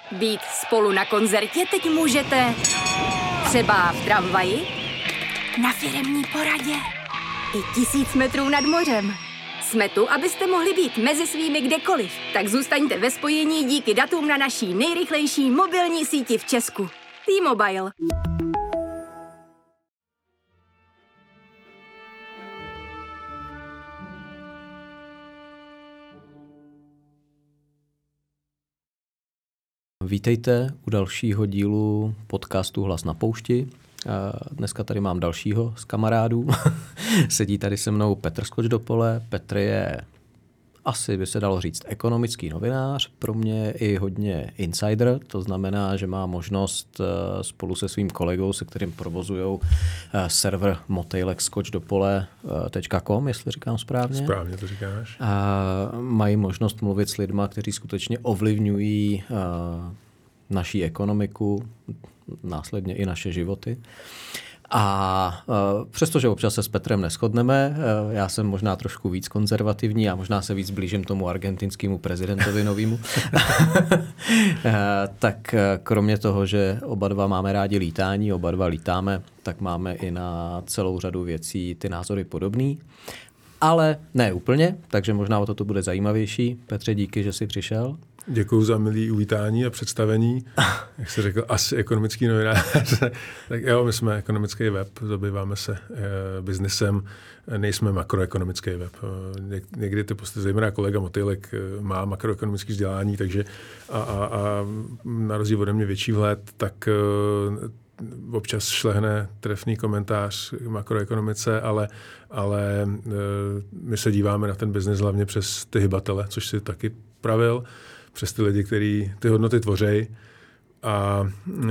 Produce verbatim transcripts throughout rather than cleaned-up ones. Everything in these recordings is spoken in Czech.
Být spolu na koncertě teď můžete třeba v tramvaji, na firemní poradě i tisíc metrů nad mořem. Jsme tu, abyste mohli být mezi svými kdekoliv. Tak zůstaňte ve spojení díky datům na naší nejrychlejší mobilní síti v Česku. T-Mobile. Vítejte u dalšího dílu podcastu Hlas na poušti. Dneska tady mám dalšího z kamarádů. Sedí tady se mnou Petr Skoč do pole. Petr je, asi by se dalo říct, ekonomický novinář. Pro mě i hodně insider. To znamená, že má možnost spolu se svým kolegou, se kterým provozujou server motejlek skoč do pole tečka com, jestli říkám správně. Správně to říkáš. A mají možnost mluvit s lidma, kteří skutečně ovlivňují naší ekonomiku, následně i naše životy. A uh, přestože občas se s Petrem neshodneme, uh, já jsem možná trošku víc konzervativní a možná se víc blížím tomu argentinskému prezidentovi novýmu, uh, tak uh, kromě toho, že oba dva máme rádi lítání, oba dva lítáme, tak máme i na celou řadu věcí ty názory podobný. Ale ne úplně, takže možná o to bude zajímavější. Petře, díky, že jsi přišel. Děkuju za milý uvítání a představení. Jak jsi řekl, asi ekonomický novinář. Tak jo, my jsme ekonomický web, zabýváme se e, biznesem, nejsme makroekonomický web. Něk, někdy ty posty, zejména kolega Motejlek má makroekonomické vzdělání, takže a, a, a na rozdíl ode mě větší vhled, tak e, občas šlehne trefný komentář k makroekonomice, ale, ale e, my se díváme na ten biznes hlavně přes ty hybatele, což si taky pravil, přes ty lidi, kteří ty hodnoty tvoří a e,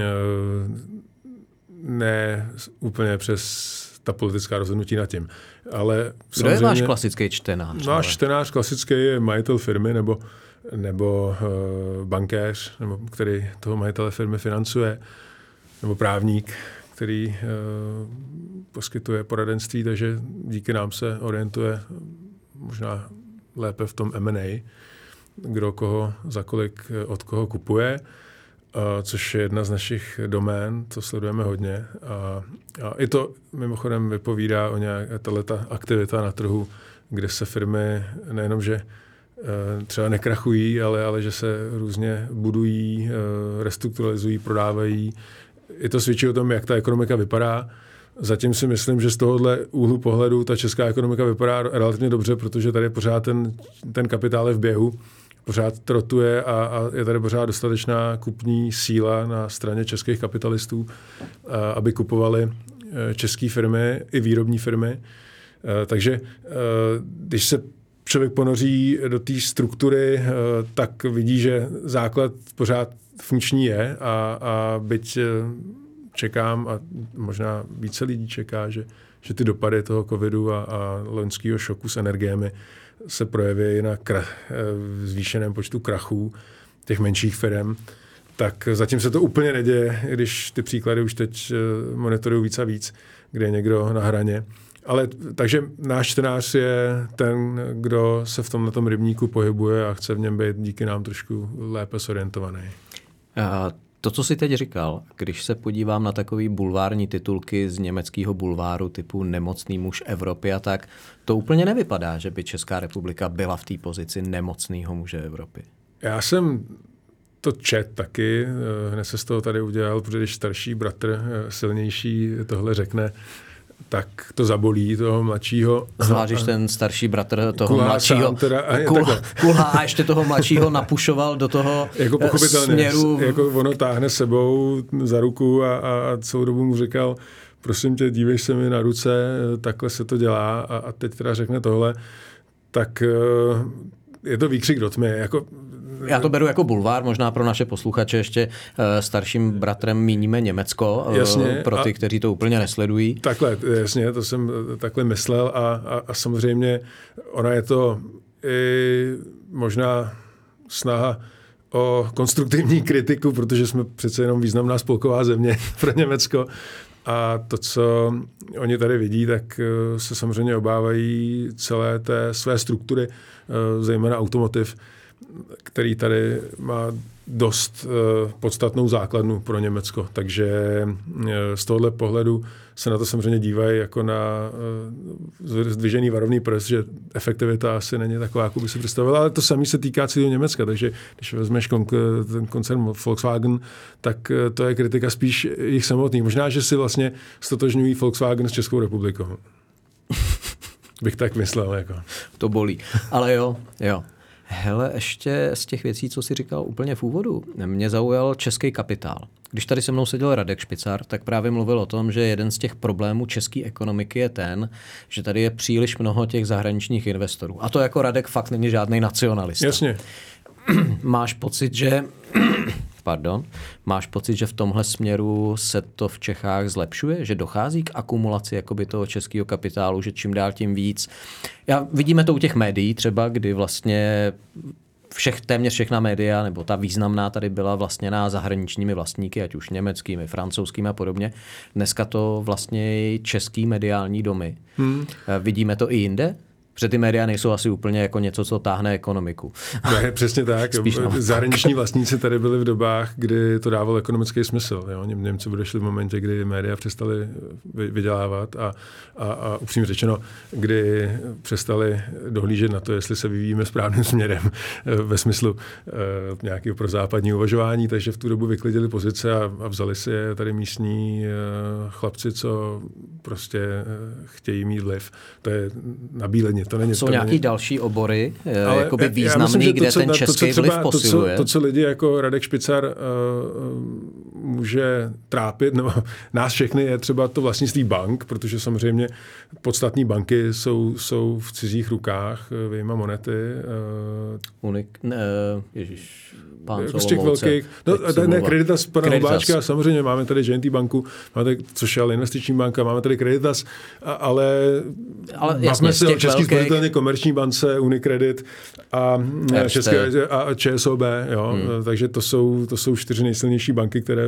ne úplně přes ta politická rozhodnutí nad tím. Ale kdo je váš klasický čtenář? Náš čtenář klasický je majitel firmy nebo, nebo e, bankéř, nebo který toho majitele firmy financuje, nebo právník, který e, poskytuje poradenství, takže díky nám se orientuje možná lépe v tom M and A, kdo koho, za kolik, od koho kupuje, a, což je jedna z našich domén, to sledujeme hodně. A, a i to mimochodem vypovídá o nějaké ta aktivita na trhu, kde se firmy nejenom, že e, třeba nekrachují, ale, ale že se různě budují, e, restrukturalizují, prodávají. I to svědčí o tom, jak ta ekonomika vypadá. Zatím si myslím, že z tohohle úhlu pohledu ta česká ekonomika vypadá relativně dobře, protože tady pořád ten, ten kapitál je v běhu, pořád trotuje a, a je tady pořád dostatečná kupní síla na straně českých kapitalistů, a, aby kupovali české firmy i výrobní firmy. A, takže a, když se člověk ponoří do té struktury, a, tak vidí, že základ pořád funkční je a, a byť čekám a možná více lidí čeká, že, že ty dopady toho covidu a, a loňského šoku s energiemi se projeví na krach, zvýšeném počtu krachů těch menších firm, tak zatím se to úplně neděje, když ty příklady už teď monitorují víc a víc, kde je někdo na hraně. Ale takže náš čtenář je ten, kdo se v tomhletom rybníku pohybuje a chce v něm být díky nám trošku lépe zorientovaný. A to, co jsi teď říkal, když se podívám na takový bulvární titulky z německého bulváru typu Nemocný muž Evropy a tak, to úplně nevypadá, že by Česká republika byla v té pozici nemocného muže Evropy. Já jsem to čet taky, hned se z toho tady udělal, protože když starší bratr, silnější, tohle řekne, tak to zabolí toho mladšího. Zvlášť, když ten starší bratr toho kulhá mladšího teda, a kulhá, kulhá a ještě toho mladšího napušoval do toho jako pochopitelně, směru. Jako ono táhne sebou za ruku a, a celou dobu mu říkal, prosím tě, dívej se mi na ruce, takhle se to dělá a, a teď teda řekne tohle, tak je to výkřik do tmy. Jako, já to beru jako bulvár, možná pro naše posluchače ještě uh, starším bratrem míníme Německo, jasně, uh, pro ty, kteří to úplně nesledují. Takhle, jasně, to jsem takhle myslel a, a, a samozřejmě ona je to i možná snaha o konstruktivní kritiku, protože jsme přece jenom významná spolková země pro Německo. A to, co oni tady vidí, tak se samozřejmě obávají celé té své struktury, zejména automotiv, který tady má dost uh, podstatnou základnu pro Německo. Takže uh, z tohohle pohledu se na to samozřejmě dívají jako na uh, zdvižený varovný prst, že efektivita asi není taková, jako by si představila, ale to samé se týká celého Německa, takže když vezmeš kon- ten koncern Volkswagen, tak uh, to je kritika spíš jich samotných. Možná, že si vlastně stotožňují Volkswagen s Českou republikou. Bych tak myslel. Jako. To bolí. Ale jo, jo. Hele, ještě z těch věcí, co jsi říkal úplně v úvodu, mě zaujal český kapitál. Když tady se mnou seděl Radek Špicar, tak právě mluvil o tom, že jeden z těch problémů české ekonomiky je ten, že tady je příliš mnoho těch zahraničních investorů. A to jako Radek fakt není žádný nacionalista. Jasně. Máš pocit, že... Pardon. Máš pocit, že v tomhle směru se to v Čechách zlepšuje? Že dochází k akumulaci jakoby toho českého kapitálu, že čím dál tím víc? Já, vidíme to u těch médií třeba, kdy vlastně všech, téměř všechna média, nebo ta významná tady byla vlastněná zahraničními vlastníky, ať už německými, francouzskými a podobně. Dneska to vlastně český mediální domy. Hmm. Vidíme to i jinde? Protože ty média nejsou asi úplně jako něco, co táhne ekonomiku. Ne, přesně tak. Zahraniční vlastníci tady byli v dobách, kdy to dávalo ekonomický smysl. Jo? Němci odešli v momentě, kdy média přestali vydělávat a, a, a upřímně řečeno, kdy přestali dohlížet na to, jestli se vyvíjíme správným směrem ve smyslu uh, nějakého prozápadního uvažování, takže v tu dobu vyklidili pozice a, a vzali si je tady místní uh, chlapci, co prostě uh, chtějí mít vliv. To je nabílení. To není, Jsou to nějaký není... další obory, ale jakoby významný, myslím, kde co, ten český třeba, vliv posiluje? To, co, to, co lidi jako Radek Špicar uh, může trápit, nebo nás všechny, je třeba to vlastnictví bank, protože samozřejmě podstatní banky jsou, jsou v cizích rukách, vyjma monety. Uh, Unik, ne, ježiš, pán z těch velkých, no, ne, Creditas, pana Creditas. Hubáčka, samozřejmě máme tady J and T banku, máme tady, což je ale investiční banka, máme tady Creditas, ale, ale máme si o český velkých... spořitelně komerční bance, Unicredit a, české, a ČSOB, jo, hmm. takže to jsou, to jsou čtyři nejsilnější banky, které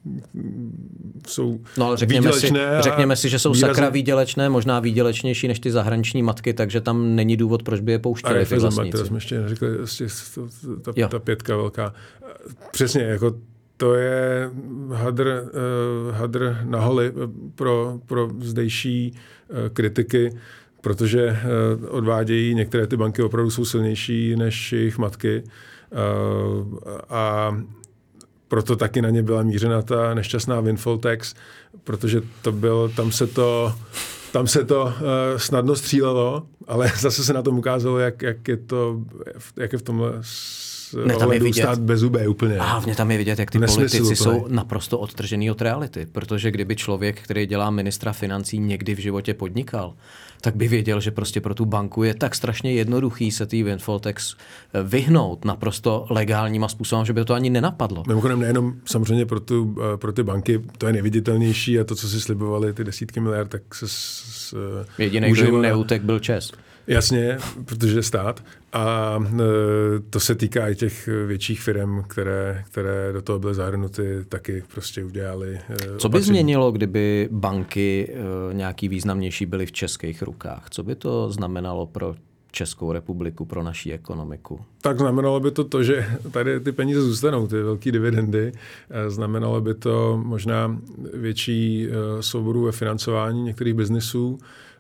jsou no, ale řekněme výdělečné. Si, řekněme si, že jsou výrazně... sakra výdělečné, možná výdělečnější než ty zahraniční matky, takže tam není důvod, proč by je pouštěli ty vlastníci. To jsme ještě neřekli, ta, ta pětka velká. Přesně, jako to je hadr, uh, hadr na holi pro, pro zdejší uh, kritiky, protože uh, odvádějí, některé ty banky opravdu jsou silnější než jejich matky uh, a proto taky na ně byla mířena ta nešťastná windfall tax, protože to byl, tam se to, tam se to uh, snadno střílelo, ale zase se na tom ukázalo, jak, jak je to, jak je v tomhle ohledu stát bez zubé úplně. A hlavně tam je vidět, jak ty politici jsou naprosto odtržený od reality, protože kdyby člověk, který dělá ministra financí, někdy v životě podnikal, tak by věděl, že prostě pro tu banku je tak strašně jednoduchý se tý windfall tax vyhnout naprosto legálníma způsobem, že by to ani nenapadlo. Mimochodem nejenom samozřejmě pro, tu, pro ty banky, to je nejviditelnější a to, co si slibovali, ty desítky miliard, tak se... S, jediný, kdo jim neutek, byl Čes. Jasně, protože je stát. A e, to se týká i těch větších firm, které, které do toho byly zahrnuty, taky prostě udělali. E, Co by opatření. Změnilo, kdyby banky e, nějaký významnější byly v českých rukách? Co by to znamenalo pro Českou republiku, pro naši ekonomiku? Tak znamenalo by to to, že tady ty peníze zůstanou, ty velké dividendy. Znamenalo by to možná větší e, svobodu ve financování některých biznisů.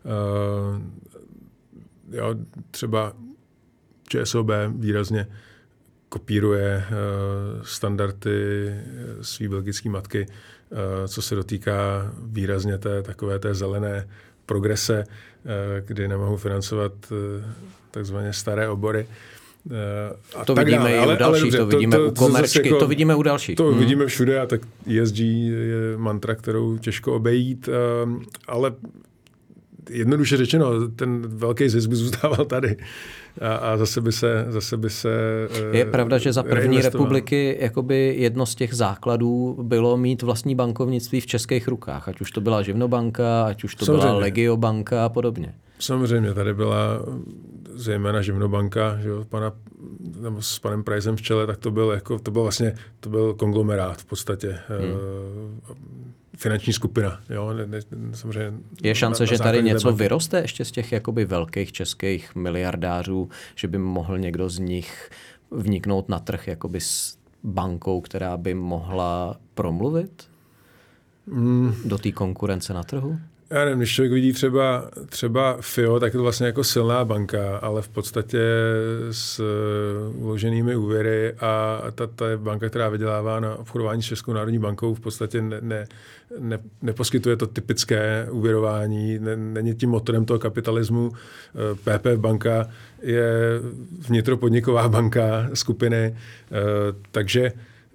E, Jo, třeba ČSOB výrazně kopíruje uh, standardy své belgické matky, uh, co se dotýká výrazně té takové té zelené progrese, uh, kdy nemohou financovat uh, takzvaně staré obory. Uh, a to tak vidíme dále. i ale, u dalších, ale to vidíme to, to, u komerčky, jako, to vidíme u dalších. To hmm. vidíme všude a tak E S G je mantra, kterou těžko obejít, uh, ale jednoduše řečeno, ten velký zisk by zůstával tady a, a zase by se... Zase by se je pravda, že za první republiky jakoby jedno z těch základů bylo mít vlastní bankovnictví v českých rukách, ať už to byla Živnobanka, ať už to Samozřejmě. byla Legiobanka a podobně. Samozřejmě, tady byla zejména Živnobanka, že jo, pana, nebo s panem Prajsem v čele, tak to byl jako, to byl vlastně, to byl konglomerát v podstatě. Hmm. Finanční skupina. Jo? Ne, ne, samozřejmě je šance, na, že na tady něco debaty. vyroste ještě z těch jakoby velkých českých miliardářů, že by mohl někdo z nich vniknout na trh jakoby s bankou, která by mohla promluvit mm. do té konkurence na trhu? Já nevím, když člověk vidí třeba, třeba F I O, tak je to vlastně jako silná banka, ale v podstatě s uloženými úvěry a ta, ta je banka, která vydělává na obchodování s Českou národní bankou, v podstatě ne, ne, ne, neposkytuje to typické úvěrování, ne, není tím motorem toho kapitalismu. P P banka je vnitropodniková banka skupiny, takže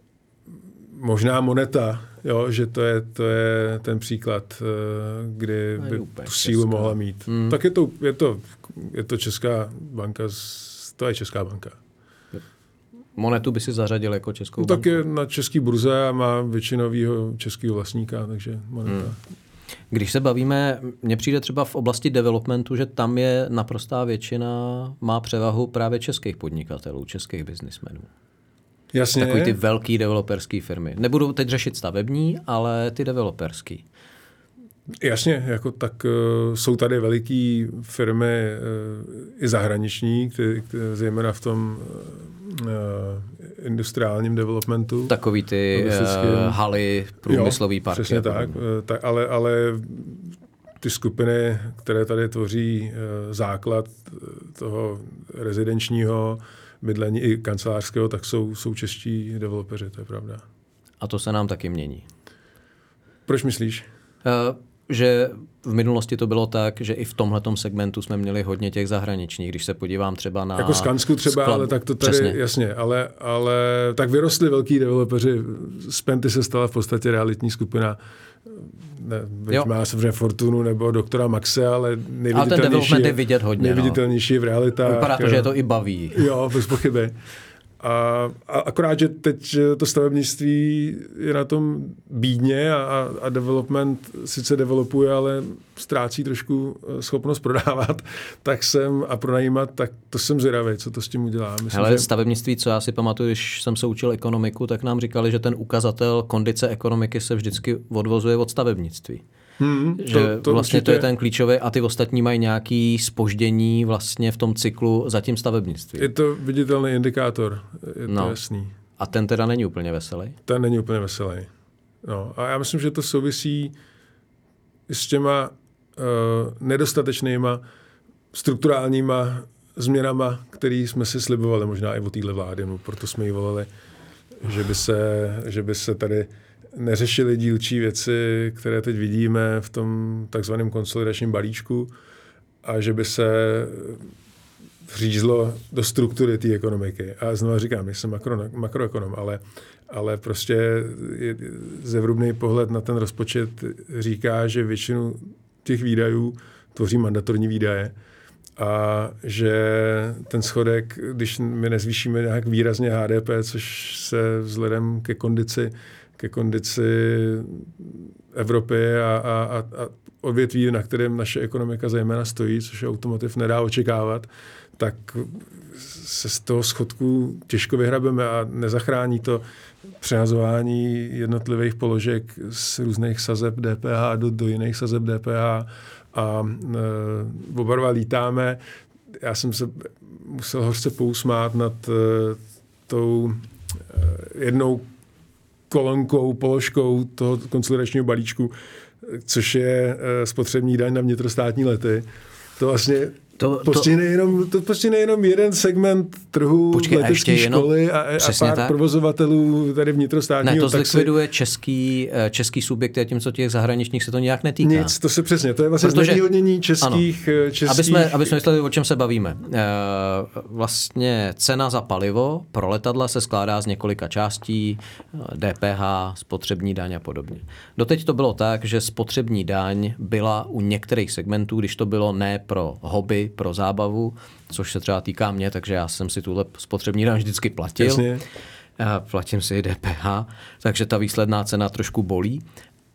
možná Moneta, jo, že to je, to je ten příklad, kdy by tu sílu česká. mohla mít. Hmm. Tak je to, je, to, je to česká banka, to je česká banka. Monetu by si zařadil jako českou no, banku? Tak je na český burze a má většinovýho českého vlastníka, takže Moneta. Hmm. Když se bavíme, mně přijde třeba v oblasti developmentu, že tam je naprostá většina, má převahu právě českých podnikatelů, českých biznismenů. Jasně. Takový ty velký developerský firmy. Nebudu teď řešit stavební, ale ty developerský. Jasně, jako tak uh, jsou tady veliké firmy uh, i zahraniční, které, které, zejména v tom uh, industriálním developmentu. Takový ty uh, haly, průmyslový parky. Přesně tak, uh, tak ale, ale ty skupiny, které tady tvoří uh, základ toho rezidenčního bydlení i kancelářského, tak jsou, jsou čeští developeři, to je pravda. A to se nám taky mění. Proč myslíš? Uh, že v minulosti to bylo tak, že i v tomhletom segmentu jsme měli hodně těch zahraničních, když se podívám třeba na... Jako Skansku třeba, sklad... ale tak to tady, Přesně. jasně, ale, ale tak vyrostli velký developeři, z Penty se stala v podstatě realitní skupina, ne, má samozřejmě Fortunu nebo doktora Maxe, ale nejviditelnější je, je vidět hodně, nejviditelnější no. v realitách. Vypadá to, jo. Že je to i baví. Jo, bez pochyby. A, a akorát, že teď to stavebnictví je na tom bídně a, a development sice developuje, ale ztrácí trošku schopnost prodávat, tak jsem a pronajímat, tak to jsem zvědavý, co to s tím udělá. Myslím, Hele, že... stavebnictví, co já si pamatuju, když jsem se učil ekonomiku, tak nám říkali, že ten ukazatel kondice ekonomiky se vždycky odvozuje od stavebnictví. Hmm, že to, to vlastně určitě... to je ten klíčový a ty ostatní mají nějaký zpoždění vlastně v tom cyklu za tím stavebnictví. Je to viditelný indikátor, je no. to jasný. A ten teda není úplně veselý? Ten není úplně veselý. No, a já myslím, že to souvisí s těma uh, nedostatečnýma strukturálníma změnama, které jsme si slibovali možná i od téhle vlády, no, proto jsme ji volali, že by se, že by se tady neřešily dílčí věci, které teď vidíme v tom takzvaném konsolidačním balíčku a že by se vřízlo do struktury té ekonomiky. A znovu říkám, jsem makro, makroekonom, ale, ale prostě zevrubný pohled na ten rozpočet říká, že většinu těch výdajů tvoří mandatorní výdaje a že ten schodek, když my nezvýšíme nějak výrazně H D P, což se vzhledem ke kondici ke kondici Evropy a, a, a odvětví, na kterém naše ekonomika zejména stojí, což automotiv nedá očekávat, tak se z toho schodku těžko vyhrabeme a nezachrání to přehazování jednotlivých položek z různých sazeb D P H do, do jiných sazeb D P H a e, oba dva lítáme. Já jsem se musel hořce pousmát nad e, tou e, jednou kolonkou, položkou toho konsolidačního balíčku, což je e, spotřební daň na vnitrostátní lety. To vlastně to, postihne, to... Jenom, to postihne jenom jeden segment trhu, Počkej, letecké školy a, a pár tak? provozovatelů tady vnitrostátního. Ne, to taxi. Zlikviduje český, český subjekt, a tím, co těch zahraničních se to nějak netýká. Nic, to se přesně, to je vlastně znevýhodnění českých... českých... Aby jsme, aby jsme mysleli, o čem se bavíme. E, vlastně cena za palivo pro letadla se skládá z několika částí, D P H, spotřební daň a podobně. Doteď to bylo tak, že spotřební daň byla u některých segmentů, když to bylo ne pro hobby, pro zábavu, což se třeba týká mě, takže já jsem si tuhle spotřební daň vždycky platil. Jasně. Platím si i D P H, takže ta výsledná cena trošku bolí.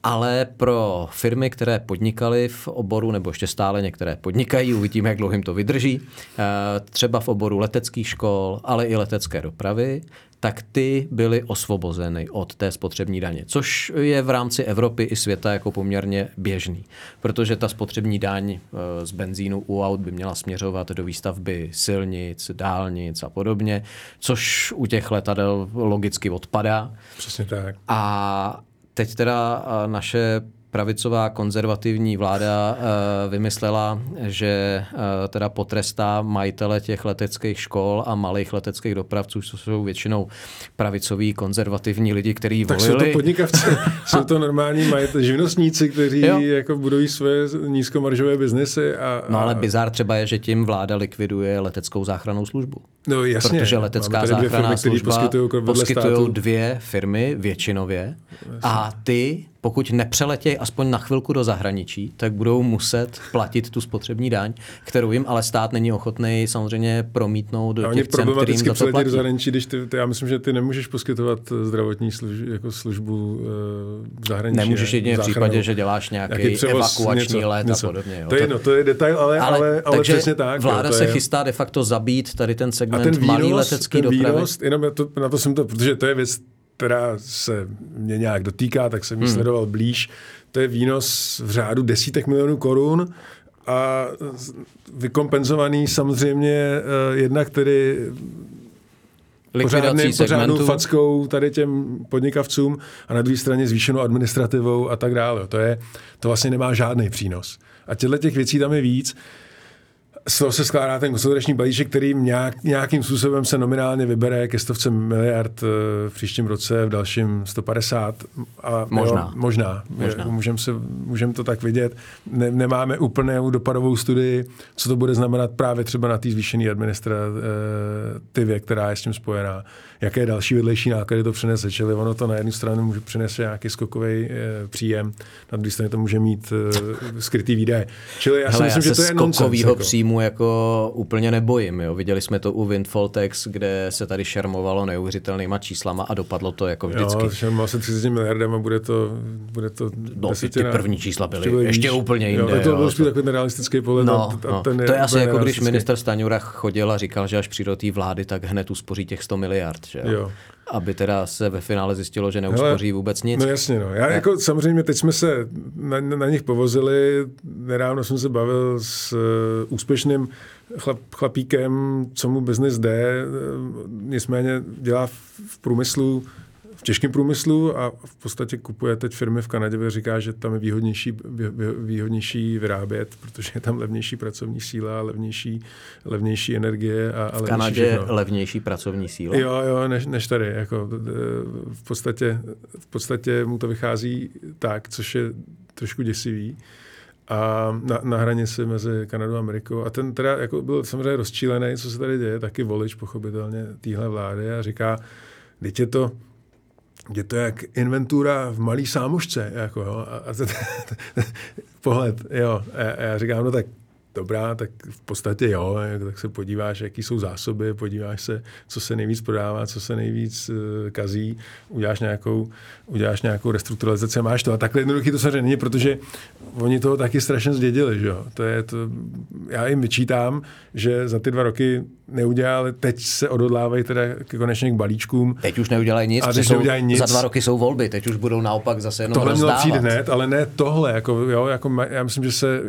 ale pro firmy, které podnikaly v oboru, nebo ještě stále některé podnikají, uvidíme, jak dlouho jim to vydrží, třeba v oboru leteckých škol, ale i letecké dopravy, tak ty byly osvobozeny od té spotřební daně, což je v rámci Evropy i světa jako poměrně běžný, protože ta spotřební daň z benzínu u aut by měla směřovat do výstavby silnic, dálnic a podobně, což u těch letadel logicky odpadá. Přesně tak. A teď teda naše pravicová konzervativní vláda uh, vymyslela, že uh, teda potrestá majitele těch leteckých škol a malých leteckých dopravců, co jsou většinou pravicoví konzervativní lidi, kteří volili. Tak jsou to podnikavci, jsou to normální majitele, živnostníci, kteří jo. jako budují své nízkomaržové biznesy. A, a... No ale bizár třeba je, že tím vláda likviduje leteckou záchrannou službu. No jasně. Protože letecká záchranná služba poskytují dvě firmy většinově jasně. a ty, pokud nepřeletějí aspoň na chvilku do zahraničí, tak budou muset platit tu spotřební daň, kterou jim ale stát není ochotný samozřejmě promítnout do těch cen, kterým za to platí. Do zahraničí, když ty, ty, já myslím, že ty nemůžeš poskytovat zdravotní službu, jako službu v zahraničí. Nemůžeš jedině v případě, že děláš nějaký evakuační něco, let něco. a podobně. Jo. To je jedno, to je detail, ale, ale, ale, ale přesně tak. Vláda jo, se je... chystá de facto zabít tady ten segment ten výnos, malý letecký ten dopravy. Výnos, jenom to, na to jsem to, protože to je věc, která se mě nějak dotýká, tak jsem ji hmm. sledoval blíž. To je výnos v řádu desítek milionů korun a vykompenzovaný samozřejmě jednak tedy pořádným, pořádnou fackou tady těm podnikavcům a na druhé straně zvýšenou administrativou a tak dále. To, je, to vlastně nemá žádný přínos. A těchto těch věcí tam je víc. Z toho se skládá ten konsolidační balíček, který nějak, nějakým způsobem se nominálně vybere ke stovce miliard v příštím roce, v dalším sto padesát. A možná. Jo, možná. možná. Můžeme můžem to tak vidět. Ne, nemáme úplnou dopadovou studii, co to bude znamenat právě třeba na té zvýšené administrativě, která je s tím spojená. Jaké další vedlejší náklady to přinese. Čili ono to na jednu stranu může přinést nějaký skokový příjem, na druhé straně to může mít skrytý výdaje. Čili já Hele, si myslím, já že to je nonsens. Jako. Příjmu jako úplně nebojím. Jo. Viděli jsme to u Windfall Tax, kde se tady šermovalo neuvěřitelnýma číslama a dopadlo to jako vždycky. Jo, šermoval se třicet miliardama, bude to, bude to no, desetina. Ty první čísla byly ještě výš. Úplně jinde. Jo, to byl spíš takový ten realistický pohled. No, a, a no. ten je to je asi jako když minister Staňura chodil a říkal, že až přijde do té vlády, tak hned uspoří těch sto miliard. Že? Jo. Aby teda se ve finále zjistilo, že neuspoří Hele, vůbec nic. No jasně, no. Já jako samozřejmě teď jsme se na, na nich povozili, nedávno jsem se bavil s uh, úspěšným chlap, chlapíkem, co mu biznis jde, nicméně dělá v, v průmyslu, v těžkém průmyslu a v podstatě kupuje teď firmy v Kanadě, kde říká, že tam je výhodnější, výhodnější vyrábět, protože je tam levnější pracovní síla, levnější, levnější energie. A, a v Kanadě je levnější pracovní síla? Jo, jo, než, než tady. Jako, v, podstatě, v podstatě mu to vychází tak, což je trošku děsivý. A na, na hranici mezi Kanadou a Amerikou. A ten teda jako byl samozřejmě rozčílený, co se tady děje, taky volič pochopitelně téhle vlády a říká, teď je to Je to jak inventura v malý sámošce, jako jo, a, a ten, pohled, jo, a já říkám, no tak dobrá, tak v podstatě jo, tak se podíváš, jaký jsou zásoby, podíváš se, co se nejvíc prodává, co se nejvíc uh, kazí, uděláš nějakou, uděláš nějakou restrukturalizaci a máš to. A takhle jednoduchý to samozřejmě není, protože oni toho taky strašně zdědili, že jo. To je to, já jim vyčítám, že za ty dva roky neudělali, teď se odhodlávají teda konečně k balíčkům. Teď už neudělají nic, teď jsou, neudělají nic. Za dva roky jsou volby, teď už budou naopak zase jenom tohle rozdávat. Tohle mělo přijít hned, ale ne tohle, jako, jo, jako, já myslím, že se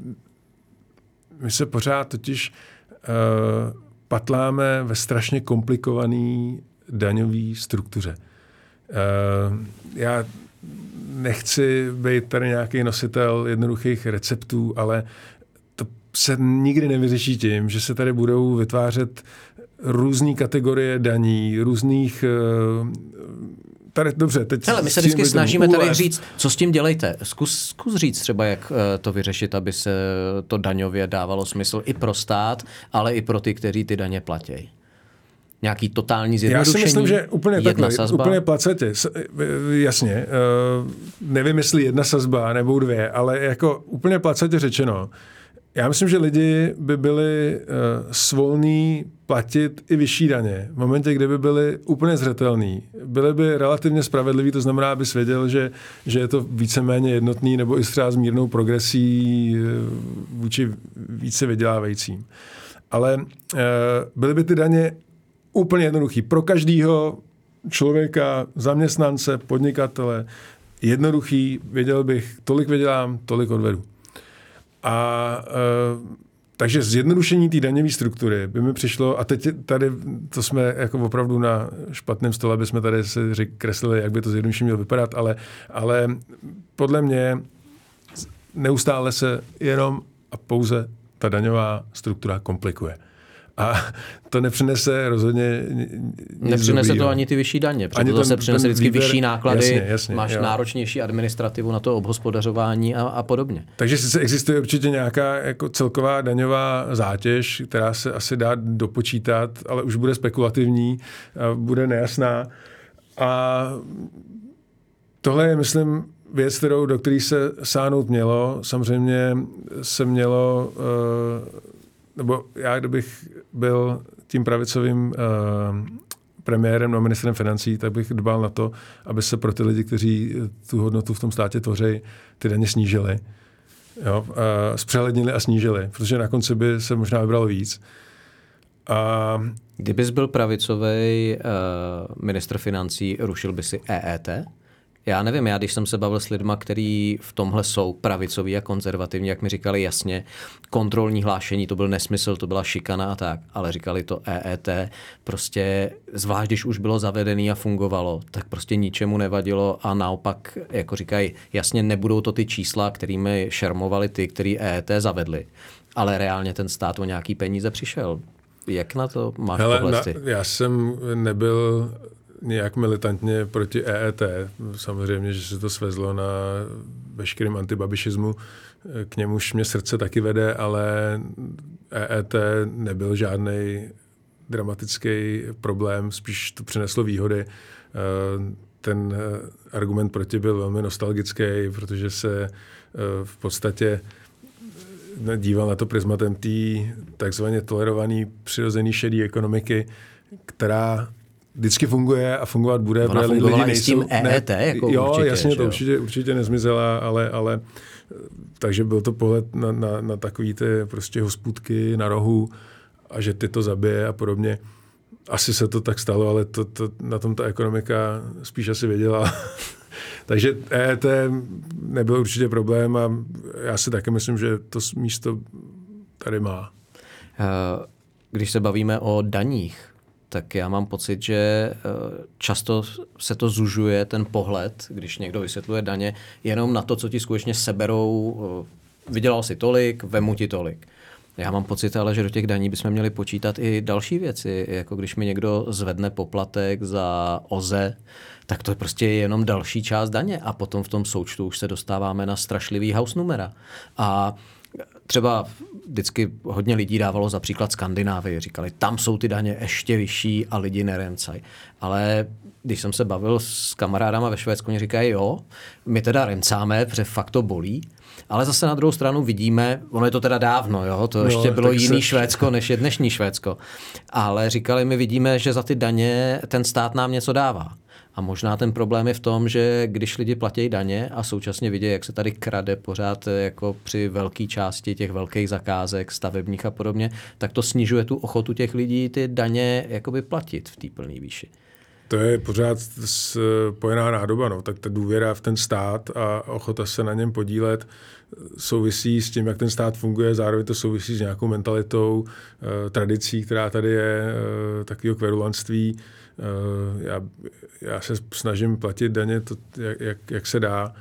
my se pořád totiž uh, patláme ve strašně komplikované daňové struktuře. Uh, já nechci být tady nějaký nositel jednoduchých receptů, ale to se nikdy nevyřeší tím, že se tady budou vytvářet různé kategorie daní, různých uh, Tady, dobře, teď hele, my se vždycky snažíme tady říct, co s tím dělejte. Zkus, zkus říct třeba, jak to vyřešit, aby se to daňově dávalo smysl i pro stát, ale i pro ty, kteří ty daně platí. Nějaký totální zjednodušení. Já si myslím, že úplně jedna takhle, sazba. Úplně placetě. Jasně, nevymyslí jedna sazba nebo dvě, ale jako úplně placetě řečeno, Já myslím, že lidi by byli uh, svolní platit i vyšší daně. V momentě, kdy by byli úplně zřetelní, byli by relativně spravedliví, to znamená, abys věděl, že, že je to víceméně jednotný nebo i třeba s mírnou progresí uh, vůči více vydělávajícím. Ale uh, byly by ty daně úplně jednoduchý. Pro každýho člověka, zaměstnance, podnikatele, jednoduchý, věděl bych, tolik vydělám, tolik odvedu. A e, takže zjednodušení té daňové struktury by mi přišlo, a teď tady to jsme jako opravdu na špatném stole, aby jsme tady si řek, kreslili, jak by to zjednodušení mělo vypadat, ale, ale podle mě neustále se jenom a pouze ta daňová struktura komplikuje. A to nepřinese rozhodně Nepřinese dobrýho. To ani ty vyšší daně, protože to se přinese vždycky výběr, vyšší náklady, jasně, jasně, máš jo. náročnější administrativu na to obhospodařování a, a podobně. Takže sice existuje určitě nějaká jako celková daňová zátěž, která se asi dá dopočítat, ale už bude spekulativní, bude nejasná. A tohle je, myslím, věc, kterou, do které se sáhnout mělo. Samozřejmě se mělo... nebo já, kdybych byl tím pravicovým uh, premiérem nebo ministrem financí, tak bych dbal na to, aby se pro ty lidi, kteří tu hodnotu v tom státě tvoří, ty daně snížily. Jo, uh, zpřehlednili a snížili, protože na konci by se možná vybralo víc. A... Kdybys byl pravicový uh, ministr financí, rušil by si E E T? Já nevím, já když jsem se bavil s lidma, kteří v tomhle jsou pravicoví a konzervativní, jak mi říkali jasně, kontrolní hlášení, to byl nesmysl, to byla šikana a tak, ale říkali to E E T, prostě zvlášť, když už bylo zavedený a fungovalo, tak prostě ničemu nevadilo a naopak, jako říkají, jasně nebudou to ty čísla, kterými šermovali ty, který E E T zavedli, ale reálně ten stát o nějaký peníze přišel. Jak na to máš pohled ty? Já jsem nebyl... nějak militantně proti E E T. Samozřejmě, že se to svezlo na veškerým antibabišismu. K němuž mě srdce taky vede, ale E E T nebyl žádný dramatický problém, spíš to přineslo výhody. Ten argument proti byl velmi nostalgický, protože se v podstatě díval na to prismatem té takzvaně tolerované přirozené šedé ekonomiky, která vždycky funguje a fungovat bude. Ona fungovala i s tím E E T, ne, jako jo, určitě. jasně, to jo? určitě, určitě nezmizela, ale, ale takže byl to pohled na, na, na takový ty prostě hospůdky na rohu a že ty to zabije a podobně. Asi se to tak stalo, ale to, to, na tom ta ekonomika spíš asi věděla. Takže E E T nebyl určitě problém a já si taky myslím, že to místo tady má. Když se bavíme o daních, tak já mám pocit, že často se to zužuje, ten pohled, když někdo vysvětluje daně, jenom na to, co ti skutečně seberou, vydělal si tolik, vemu ti tolik. Já mám pocit ale, že do těch daní bychom měli počítat i další věci, jako když mi někdo zvedne poplatek za O Z E, tak to je prostě jenom další část daně a potom v tom součtu už se dostáváme na strašlivý house numera. A třeba vždycky hodně lidí dávalo za příklad Skandinávii. Říkali, tam jsou ty daně ještě vyšší a lidi neremcají. Ale když jsem se bavil s kamarádama ve Švédsku, oni říkají, jo, my teda remcáme, protože fakt to bolí, ale zase na druhou stranu vidíme, ono je to teda dávno, jo, to ještě no, bylo jiný se... Švédsko, než je dnešní Švédsko. Ale říkali, my vidíme, že za ty daně ten stát nám něco dává. A možná ten problém je v tom, že když lidi platí daně a současně vidí, jak se tady krade pořád jako při velké části těch velkých zakázek, stavebních a podobně, tak to snižuje tu ochotu těch lidí ty daně jakoby platit v té plné výši. To je pořád spojená nádoba, no. Tak ta důvěra v ten stát a ochota se na něm podílet souvisí s tím, jak ten stát funguje, zároveň to souvisí s nějakou mentalitou, eh, tradicí, která tady je, eh, takového kverulantství. Eh, já, já se snažím platit daně, to, jak, jak, jak se dá.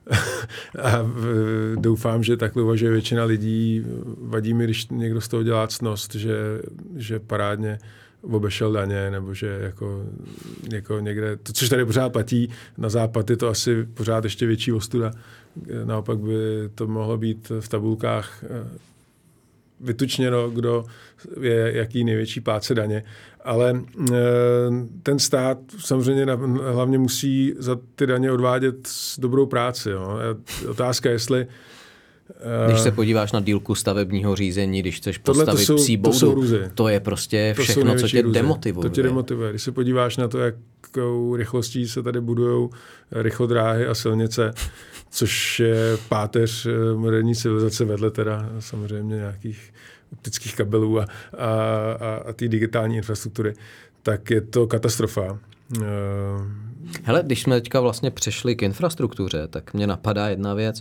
A v, doufám, že takhle uvažuje většina lidí. Vadí mi, když někdo z toho dělá ctnost, že, že parádně obešel daně, nebo že jako, jako někde, to, což tady pořád platí, na západ je to asi pořád ještě větší ostuda. Naopak by to mohlo být v tabulkách vytučněno, kdo je jaký největší plátce daně. Ale ten stát samozřejmě hlavně musí za ty daně odvádět dobrou práci. Jo. Otázka, jestli Když se podíváš na dílku stavebního řízení, když chceš postavit jsou, psí boudu, to, to je prostě všechno, co tě růzy. demotivuje. To tě demotivuje. Když se podíváš na to, jakou rychlostí se tady budujou rychlodráhy a silnice, což je páteř moderní civilizace vedle teda samozřejmě nějakých optických kabelů a, a, a, a té digitální infrastruktury, tak je to katastrofa. Hele, když jsme teďka vlastně přešli k infrastruktuře, tak mě napadá jedna věc.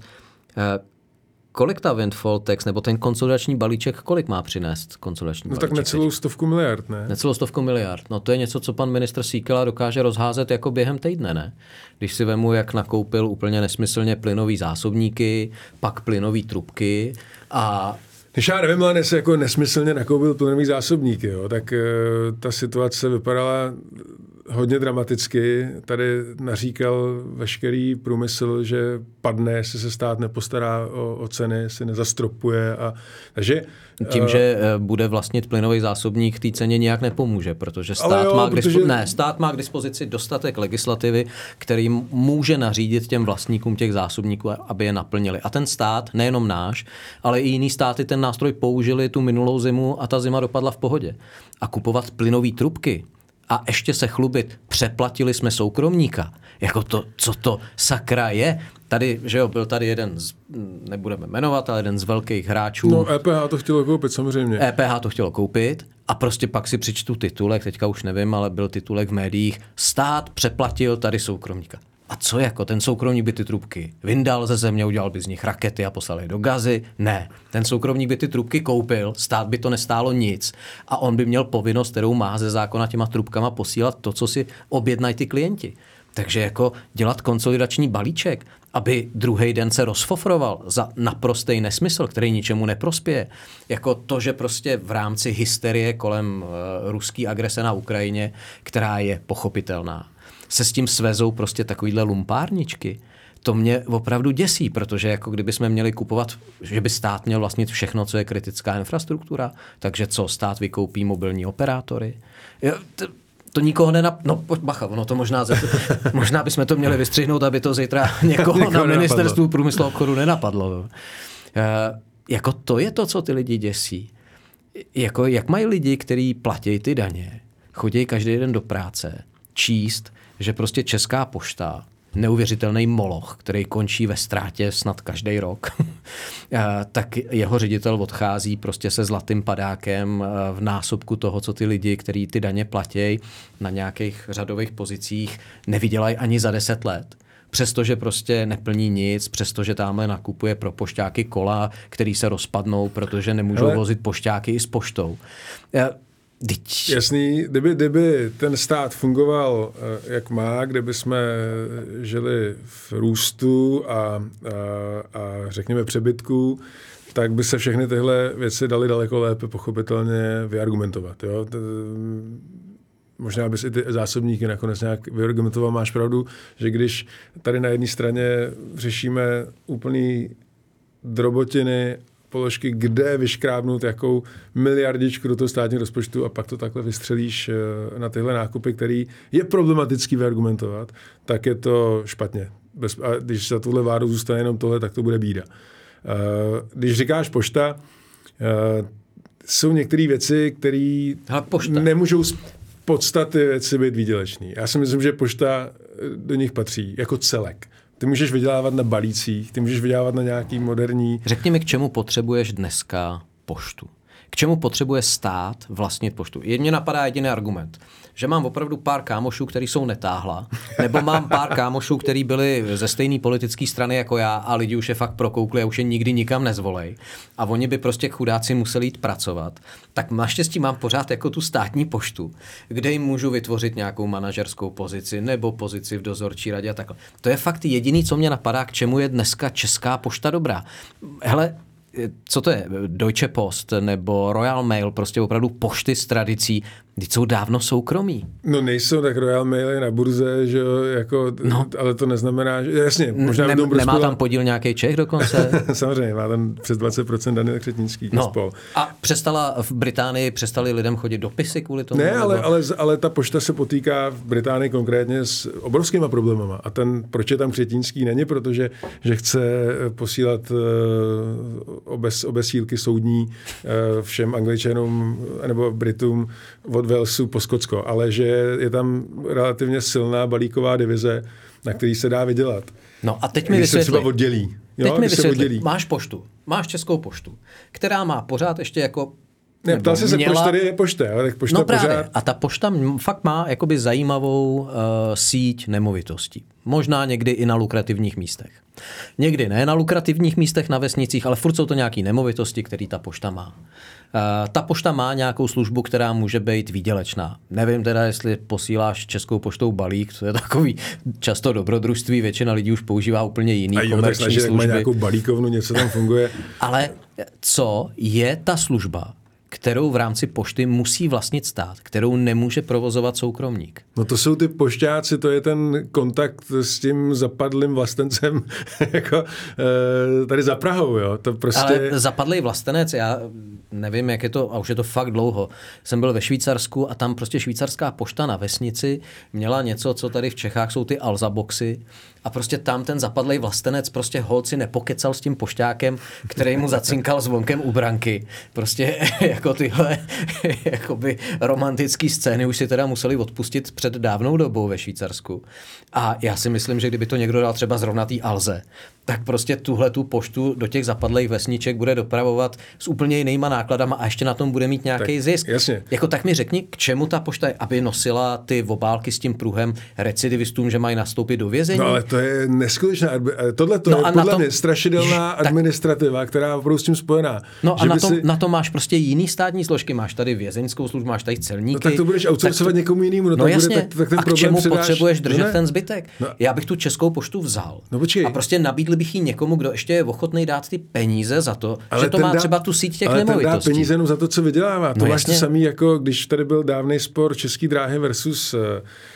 Kolik ta windfall tax, nebo ten konsolidační balíček, kolik má přinést konsolidační no balíček? No tak necelou stovku miliard, ne? Necelou stovku miliard. No to je něco, co pan ministr Síkela dokáže rozházet jako během týdne, ne? Když si vemu, jak nakoupil úplně nesmyslně plynový zásobníky, pak plynový trubky a... Když já nevím, ale se jako nesmyslně nakoupil plynový zásobníky, jo, tak uh, ta situace vypadala hodně dramaticky. Tady naříkal veškerý průmysl, že padne, jestli se stát nepostará o, o ceny, si nezastropuje. A, takže, Tím, uh, že bude vlastnit plynový zásobník, té ceně nijak nepomůže, protože stát, jo, má, k protože... dispo... ne, stát má k dispozici dostatek legislativy, který může nařídit těm vlastníkům těch zásobníků, aby je naplnili. A ten stát, nejenom náš, ale i jiný státy ten nástroj použili tu minulou zimu a ta zima dopadla v pohodě. A kupovat plynové trubky a ještě se chlubit, přeplatili jsme soukromníka. Jako to, co to sakra je? Tady, že jo, byl tady jeden, z, nebudeme jmenovat, ale jeden z velkých hráčů. No E P H to chtělo koupit samozřejmě. E P H to chtělo koupit a prostě pak si přečtu titulek, teďka už nevím, ale byl titulek v médiích, stát přeplatil tady soukromníka. A co jako, ten soukromník by ty trubky vyndal ze země, udělal by z nich rakety a poslal je do Gazy? Ne, ten soukromník by ty trubky koupil, stát by to nestálo nic a on by měl povinnost, kterou má ze zákona těma trubkama posílat to, co si objednají ty klienti. Takže jako dělat konsolidační balíček, aby druhý den se rozfofroval za naprostý nesmysl, který ničemu neprospěje. Jako to, že prostě v rámci hysterie kolem uh, ruské agrese na Ukrajině, která je pochopitelná, se s tím svezou prostě takovýhle lumpárničky. To mě opravdu děsí, protože jako kdyby jsme měli kupovat, že by stát měl vlastnit všechno, co je kritická infrastruktura, takže co, stát vykoupí mobilní operátory? To, to nikoho nenap... No bacha, no to možná, možná bychom to měli vystřihnout, aby to zítra někoho na ministerstvu průmyslu a obchodu nenapadlo. E, jako to je to, co ty lidi děsí. Jako, jak mají lidi, kteří platí ty daně, chodí každý den do práce, číst, že prostě Česká pošta, neuvěřitelný moloch, který končí ve ztrátě snad každý rok, tak jeho ředitel odchází prostě se zlatým padákem v násobku toho, co ty lidi, kteří ty daně platí na nějakých řadových pozicích, nevydělají ani za deset let. Přestože prostě neplní nic, přestože tamhle nakupuje pro pošťáky kola, který se rozpadnou, protože nemůžou Ale... vozit pošťáky i s poštou. Dyť. Jasný, kdyby, kdyby ten stát fungoval, jak má, kdyby jsme žili v růstu a, a, a řekněme přebytku, tak by se všechny tyhle věci daly daleko lépe pochopitelně vyargumentovat. Jo? Možná bys i ty zásobníky nakonec nějak vyargumentoval. Máš pravdu, že když tady na jedné straně řešíme úplný drobotiny, položky, kde vyškrábnout jakou miliardičku do toho státního rozpočtu a pak to takhle vystřelíš na tyhle nákupy, který je problematický vyargumentovat, tak je to špatně. Bez, a když za tuhle vládu zůstane jenom tohle, tak to bude bída. Když říkáš pošta, jsou některé věci, které nemůžou z podstaty věci být výdělečný. Já si myslím, že pošta do nich patří jako celek. Ty můžeš vydělávat na balících, ty můžeš vydělávat na nějaký moderní... Řekni mi, k čemu potřebuješ dneska poštu? K čemu potřebuje stát vlastnit poštu? Mně napadá jediný argument, že mám opravdu pár kámošů, který jsou netáhla, nebo mám pár kámošů, který byli ze stejné politické strany jako já a lidi už je fakt prokoukli a už je nikdy nikam nezvolej. A oni by prostě chudáci museli jít pracovat. Tak naštěstí mám pořád jako tu státní poštu, kde jim můžu vytvořit nějakou manažerskou pozici nebo pozici v dozorčí radě a takhle. To je fakt jediný, co mě napadá, k čemu je dneska Česká pošta dobrá. Hele, co to je? Deutsche Post nebo Royal Mail, prostě opravdu pošty s tradicí, Teď jsou dávno soukromí. No nejsou, tak Royal Mail je na burze, že jo, jako, no. Ale to neznamená, že jasně, možná ne, nemá tam podíl nějaký Čech dokonce? Samozřejmě, má tam přes dvacet procent Daniel Křetínský. No. A přestala v Británii, přestali lidem chodit dopisy kvůli tomu? Ne, ale, ale, ale ta pošta se potýká v Británii konkrétně s obrovskýma problémama. A ten, proč je tam Křetínský, není protože, že chce posílat uh, obes, obesílky soudní uh, všem Angličanům nebo Britům od Walesu po Skotsko, ale že je tam relativně silná balíková divize, na který se dá vydělat. No a teď mi vysvětli. vysvětli. Se třeba oddělí. Jo, teď mi vysvětli. Oddělí. Máš poštu, máš Českou poštu, která má pořád ještě jako... Ne, ptal jsi se, proč tady je pošta, ale tak pošta no právě. Pořád... A ta pošta fakt má jakoby zajímavou uh, síť nemovitostí. Možná někdy i na lukrativních místech. Někdy ne na lukrativních místech na vesnicích, ale furt jsou to nějaké nemovitosti, které ta pošta má. Uh, ta pošta má nějakou službu, která může být výdělečná. Nevím teda, jestli posíláš Českou poštou balík, to je takový často dobrodružství, většina lidí už používá úplně jiný jo, komerční snaží, služby. Má nějakou balíkovnu, něco tam funguje. Ale co je ta služba, kterou v rámci pošty musí vlastnit stát, kterou nemůže provozovat soukromník? No to jsou ty pošťáci, to je ten kontakt s tím zapadlým vlastencem jako tady za Prahou, jo. To prostě... Ale zapadlý vlastenec, já nevím, jak je to, a už je to fakt dlouho. Jsem byl ve Švýcarsku a tam prostě švýcarská pošta na vesnici měla něco, co tady v Čechách jsou ty Alza boxy. A prostě tam ten zapadlej vlastenec prostě holci nepokecal s tím pošťákem, který mu zacinkal zvonkem u branky. Prostě jako tyhle jakoby romantický scény už si teda museli odpustit před dávnou dobou ve Švýcarsku. A já si myslím, že kdyby to někdo dal třeba zrovna té Alze, tak prostě tuhle tu poštu do těch zapadlých vesniček bude dopravovat s úplně jinýma nákladama a ještě na tom bude mít nějaký zisk. Jasně. Jako tak mi řekni, k čemu ta pošta je, aby nosila ty obálky s tím pruhem recidivistům, že mají nastoupit do vězení? No ale to je neskutečná, tohle to no je podle tom, mě strašidelná tak, administrativa, která je opravdu s tím spojená. No a na to, na to máš prostě jiný státní složky, máš tady vězeňskou službu, máš tady celníky. No tak to budeš outsourcovat to, někomu jinému. No, no jasně, bude, tak, tak ten a k čemu předáš, potřebuješ držet no ten zbytek? No. Já bych tu Českou poštu vzal no a prostě nabídl bych ji někomu, kdo ještě je ochotný dát ty peníze za to, ale že to má dá, třeba tu síť těch ale nemovitostí. Ale ten dá peníze jenom za to, co vydělává. To no máš to samý, jako když tady byl dávnej spor Český dráhy versus uh,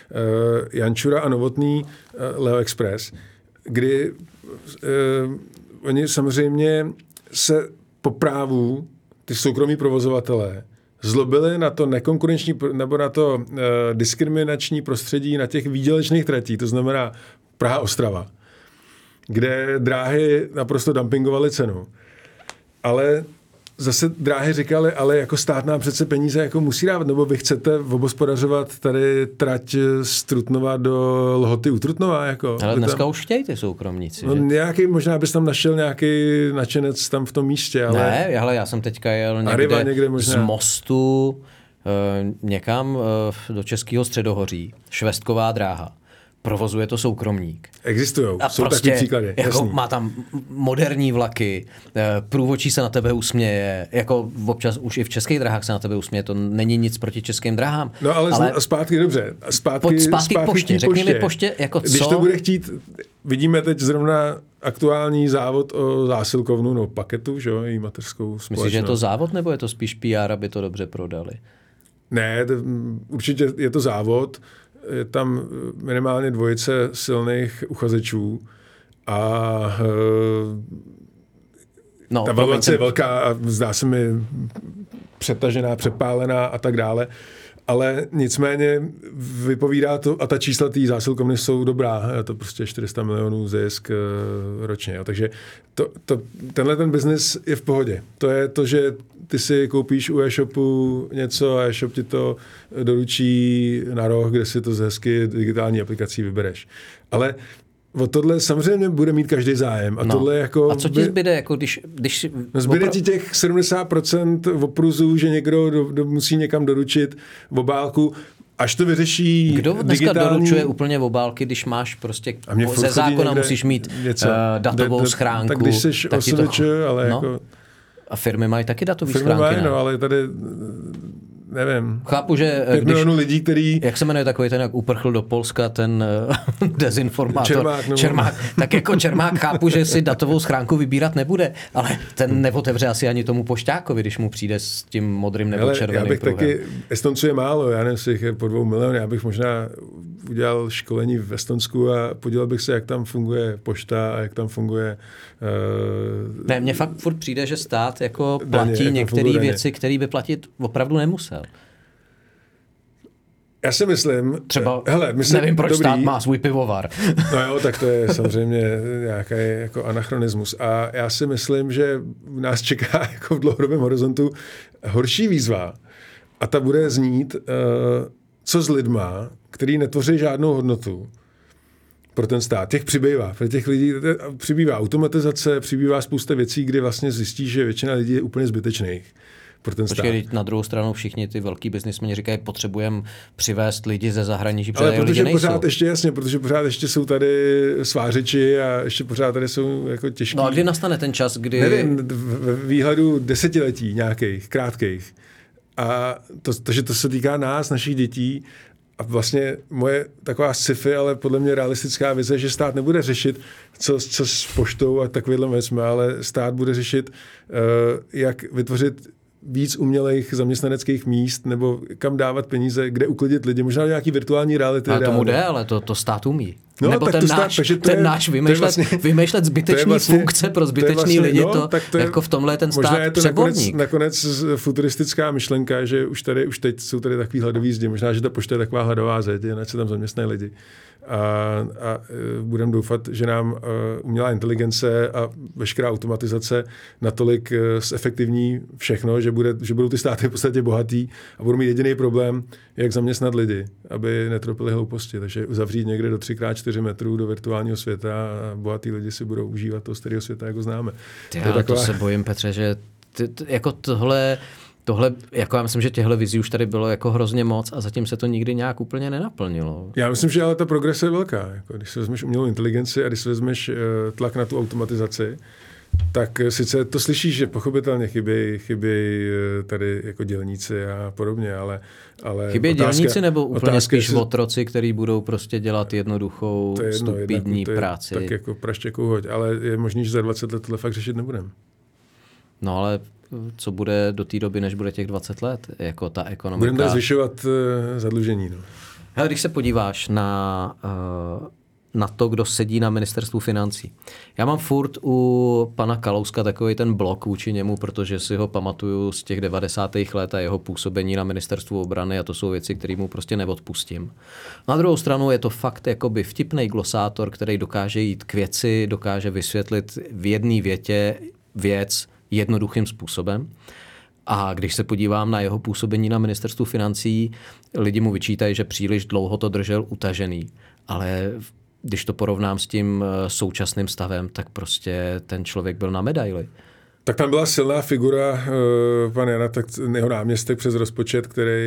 uh, Jančura a Novotný uh, Leo Express, kdy uh, oni samozřejmě se po právu ty soukromí provozovatelé zlobili na to nekonkurenční nebo na to uh, diskriminační prostředí na těch výdělečných tratí, to znamená Praha-Ostrava, kde dráhy naprosto dumpingovaly cenu. Ale zase dráhy říkali, ale jako stát nám přece peníze jako musí dávat, nebo vy chcete obospodařovat tady trať z Trutnova do Lhoty u Trutnova. Jako. Ale dneska tam... už chtějí ty soukromníci. No, nějaký, možná bys tam našel nějaký nadšenec tam v tom místě. Ale... Ne, hele, já jsem teďka jel někde, Arriva někde možná. z mostu uh, někam uh, do Českého středohoří. Švestková dráha. Provozuje to soukromník. Existujou, a jsou prostě, takový příklady. Jako má tam moderní vlaky, průvodčí se na tebe usměje, jako občas už i v českých dráhách se na tebe usměje, to není nic proti českým dráhám. No ale, ale zpátky dobře, zpátky, pojď zpátky, zpátky k poště, řekni poště. mi poště, jako co? Když to bude chtít, vidíme teď zrovna aktuální závod o zásilkovnu, no paketu, že jo, její mateřskou společnost. Myslíš, že je to závod, nebo je to spíš P R, aby to dobře prodali? Ne, to, určitě je to závod, je tam minimálně dvojice silných uchazečů a no, ta valuace je velká a zdá se mi přetažená, přepálená a tak dále. Ale nicméně vypovídá to, a ta čísla té zásilkovny jsou dobrá, to prostě čtyři sta milionů zisk ročně. Jo. Takže to, to, tenhle ten biznis je v pohodě. To je to, že ty si koupíš u e-shopu něco a e-shop ti to doručí na roh, kde si to z hezky digitální aplikací vybereš. Ale o tohle samozřejmě bude mít každý zájem. A, no. tohle jako a co ti zbyde? Jako když, když... No zbyde opra... ti těch sedmdesát procent opruzů, že někdo do, do, musí někam doručit v obálku, až to vyřeší Kdo dneska digitální... doručuje úplně v obálky, když máš prostě ze zákona musíš mít něco, uh, datovou de, de, schránku. Tak když jsi osobič, to... ale no. jako... A firmy mají taky datový firmy schránky, mají, no, ale tady nevím, chápu, že pět milionů lidí, který... Jak se jmenuje takový ten, jak uprchl do Polska, ten uh, dezinformátor. Čermák. Nebo... Čermák. Tak jako Čermák chápu, že si datovou schránku vybírat nebude, ale ten neotevře asi ani tomu pošťákovi, když mu přijde s tím modrým nebo Hele, červeným já bych pruhem. taky, Estonců je málo, já nevím, jestli je po dvou milionů, já bych možná udělal školení v Estonsku a podíval bych se, jak tam funguje pošta a jak tam funguje... Uh, ne, mně fakt furt přijde, že stát jako daně, platí jak některé věci, které by platit opravdu nemusel. Já si myslím... Třeba, hele, myslím, nevím, proč dobrý, stát má svůj pivovar. No jo, tak to je samozřejmě nějaký jako anachronismus. A já si myslím, že nás čeká jako v dlouhodobém horizontu horší výzva. A ta bude znít, uh, co s lidma, který netvoří žádnou hodnotu pro ten stát. Těch přibývá. Pro těch lidí přibývá automatizace, přibývá spousta věcí, kdy vlastně zjistí, že většina lidí je úplně zbytečných. Pro ten Počkej, na druhou stranu všichni ty velký biznismeni říkají, potřebujeme přivést lidi ze zahraničí, ale protože protože lidi pořád nejsou. ještě jasně, protože pořád ještě jsou tady svářiči a ještě pořád tady jsou jako těžký. No a kdy nastane ten čas, kdy... Nevím, ve výhledu desetiletí nějakých, krátkých. A to, to, že to se týká nás, našich dětí, a vlastně moje taková sci-fi, ale podle mě realistická vize, že stát nebude řešit, co, co s poštou a takovýhle věcmi, ale stát bude řešit, uh, jak vytvořit víc umělejch zaměstnaneckých míst, nebo kam dávat peníze, kde uklidit lidi, možná nějaký virtuální reality. Ale tomu jde, ale to, to stát umí. No, nebo ten, stát, náš, ten je, náš vymýšlet, vlastně, vymýšlet zbytečný vlastně, funkce pro zbytečný vlastně, lidi, no, to, tak to je, jako v tomhle je ten stát možná je to přeborník. Nakonec, nakonec futuristická myšlenka, že už tady, už teď jsou tady takový hladový zdi, možná, že ta pošta je taková hladová zeď, ať se tam zaměstnají lidi. A, a budeme doufat, že nám uh, umělá inteligence a veškerá automatizace natolik uh, zefektivní všechno, že, bude, že budou ty státy v podstatě bohatý a budou mít jediný problém, jak zaměstnat lidi, aby netropili hlouposti. Takže uzavřít někde do tři krát čtyři metrů do virtuálního světa a bohatý lidi si budou užívat toho starého světa, jako známe. Já, to, taková... to se bojím, Petře, že ty, ty, jako tohle... Tohle, jako já myslím, že těchto vizí už tady bylo jako hrozně moc a zatím se to nikdy nějak úplně nenaplnilo. Já myslím, že ale ta progrese je velká. Jako, když si vezmeš umělou inteligenci a když si vezmeš uh, tlak na tu automatizaci, tak sice to slyšíš, že pochopitelně chybí, chybí tady jako dělníci a podobně, ale... ale chybí otázka, dělníci nebo úplně otázka, spíš jestli... otroci, který budou prostě dělat jednoduchou to je jedno, stupidní jednak, práci? Tak jako praštěkou hoď, ale je možný, že za dvacet let tohle fakt řešit nebudeme. No ale co bude do té doby, než bude těch dvacet let, jako ta ekonomika? Budeme tady zvyšovat uh, zadlužení. No. Hele, když se podíváš na, uh, na to, kdo sedí na ministerstvu financí. Já mám furt u pana Kalouska takový ten blok vůči němu, protože si ho pamatuju z těch devadesátých let a jeho působení na ministerstvu obrany a to jsou věci, které mu prostě neodpustím. Na druhou stranu je to fakt jakoby vtipný glosátor, který dokáže jít k věci, dokáže vysvětlit v jedné větě věc jednoduchým způsobem. A když se podívám na jeho působení na ministerstvu financí, lidi mu vyčítají, že příliš dlouho to držel utažený. Ale když to porovnám s tím současným stavem, tak prostě ten člověk byl na medaili. Tak tam byla silná figura, pan Jana, tak jeho náměstek přes rozpočet, který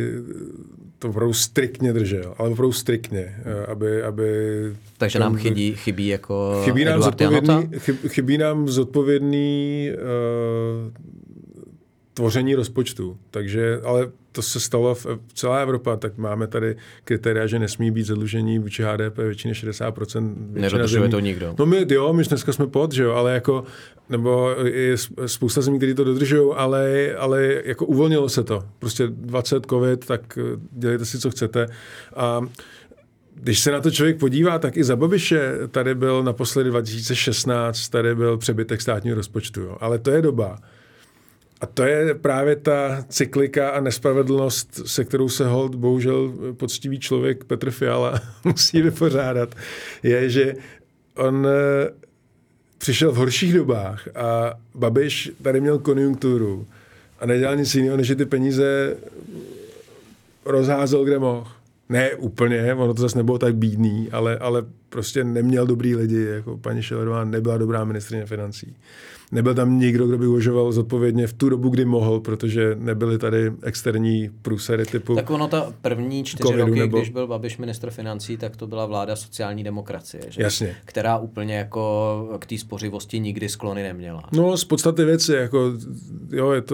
to opravdu striktně držel, ale opravdu striktně, aby... aby Takže nám chybí, chybí jako chybí nám Eduard Janota? Chyb, chybí nám zodpovědný uh, tvoření rozpočtu. Takže, ale to se stalo v, v celé Evropě, tak máme tady kritéria, že nesmí být zadlužení vůči H D P většině šedesát procent. Nedodržuje to nikdo. No my, jo, my dneska jsme pod, že jo, ale jako, nebo je spousta zemí, kteří to dodržují, ale, ale jako uvolnilo se to. Prostě dvacet covid, tak dělejte si, co chcete. A když se na to člověk podívá, tak i za Babiše tady byl naposledy dva tisíce šestnáct, tady byl přebytek státního rozpočtu. Jo. Ale to je doba. A to je právě ta cyklika a nespravedlnost, se kterou se holt, bohužel poctivý člověk Petr Fiala musí vypořádat, je, že on přišel v horších dobách a Babiš tady měl konjunkturu a nedělal nic jiného, než že ty peníze rozházel, kde mohl. Ne úplně, ono to zase nebylo tak bídný, ale, ale prostě neměl dobrý lidi, jako paní Schillerová nebyla dobrá ministryně financí. Nebyl tam nikdo, kdo by uvažoval zodpovědně v tu dobu, kdy mohl, protože nebyly tady externí průsery typu... Tak ono ta první čtyři roky, nebo... když byl Babiš ministr financí, tak to byla vláda sociální demokracie, že? Jasně. Která úplně jako k té spořivosti nikdy sklony neměla. No z podstaty věci, jako jo, je to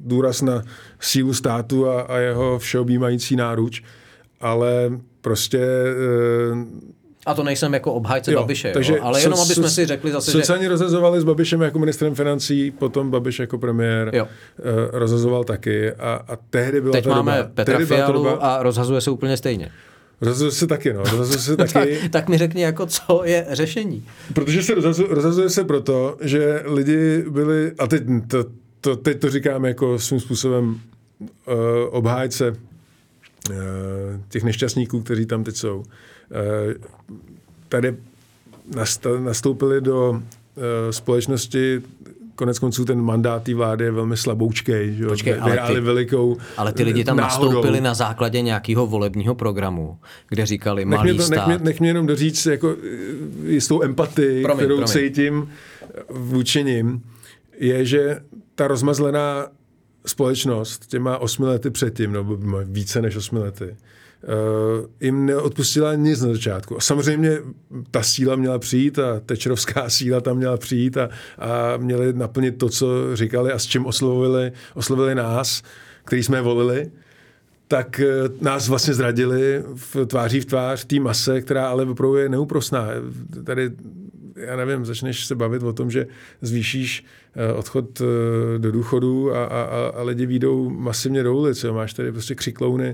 důraz na sílu státu a, a jeho všeobjímající náruč, ale prostě... A to nejsem jako obhájce jo, Babiše, takže jo, ale jenom, so, aby jsme so, si řekli zase, sociálně že... rozhazovali s Babišem jako ministrem financí, potom Babiš jako premiér jo. Uh, rozhazoval taky a, a tehdy byla Teď ta máme doba. Petra Fialu doba, a rozhazuje se úplně stejně. Rozhazuje se taky, no. Rozhazuje se taky. tak, tak mi řekni, jako co je řešení. Protože se rozhazuje, rozhazuje se proto, že lidi byli, a teď to, to, teď to říkám jako svým způsobem uh, obhájce uh, těch nešťastníků, kteří tam teď jsou. Uh, tady nastoupili do uh, společnosti, konec konců ten mandát té vlády je velmi slaboučkej, že jo? Počkej, ale, ty, velikou ale ty lidi tam náhodou. nastoupili na základě nějakého volebního programu, kde říkali nech malý to, stát. Nech mě, nech mě jenom doříct jako jistou empatii, promiň, kterou promiň. cítím vůči nim, je, že ta rozmazlená společnost těma osmi lety předtím, nebo více než osmi lety, Uh, jim neodpustila nic na začátku. A samozřejmě ta síla měla přijít a tečerovská síla tam měla přijít a, a měli naplnit to, co říkali a s čím oslovili, oslovili nás, který jsme je volili, tak uh, nás vlastně zradili v tváří v tvář té mase, která ale opravdu je neúprosná. Tady já nevím, začneš se bavit o tom, že zvýšíš odchod do důchodu a, a, a lidi výjdou masivně do ulic. Jo. Máš tady prostě křiklouny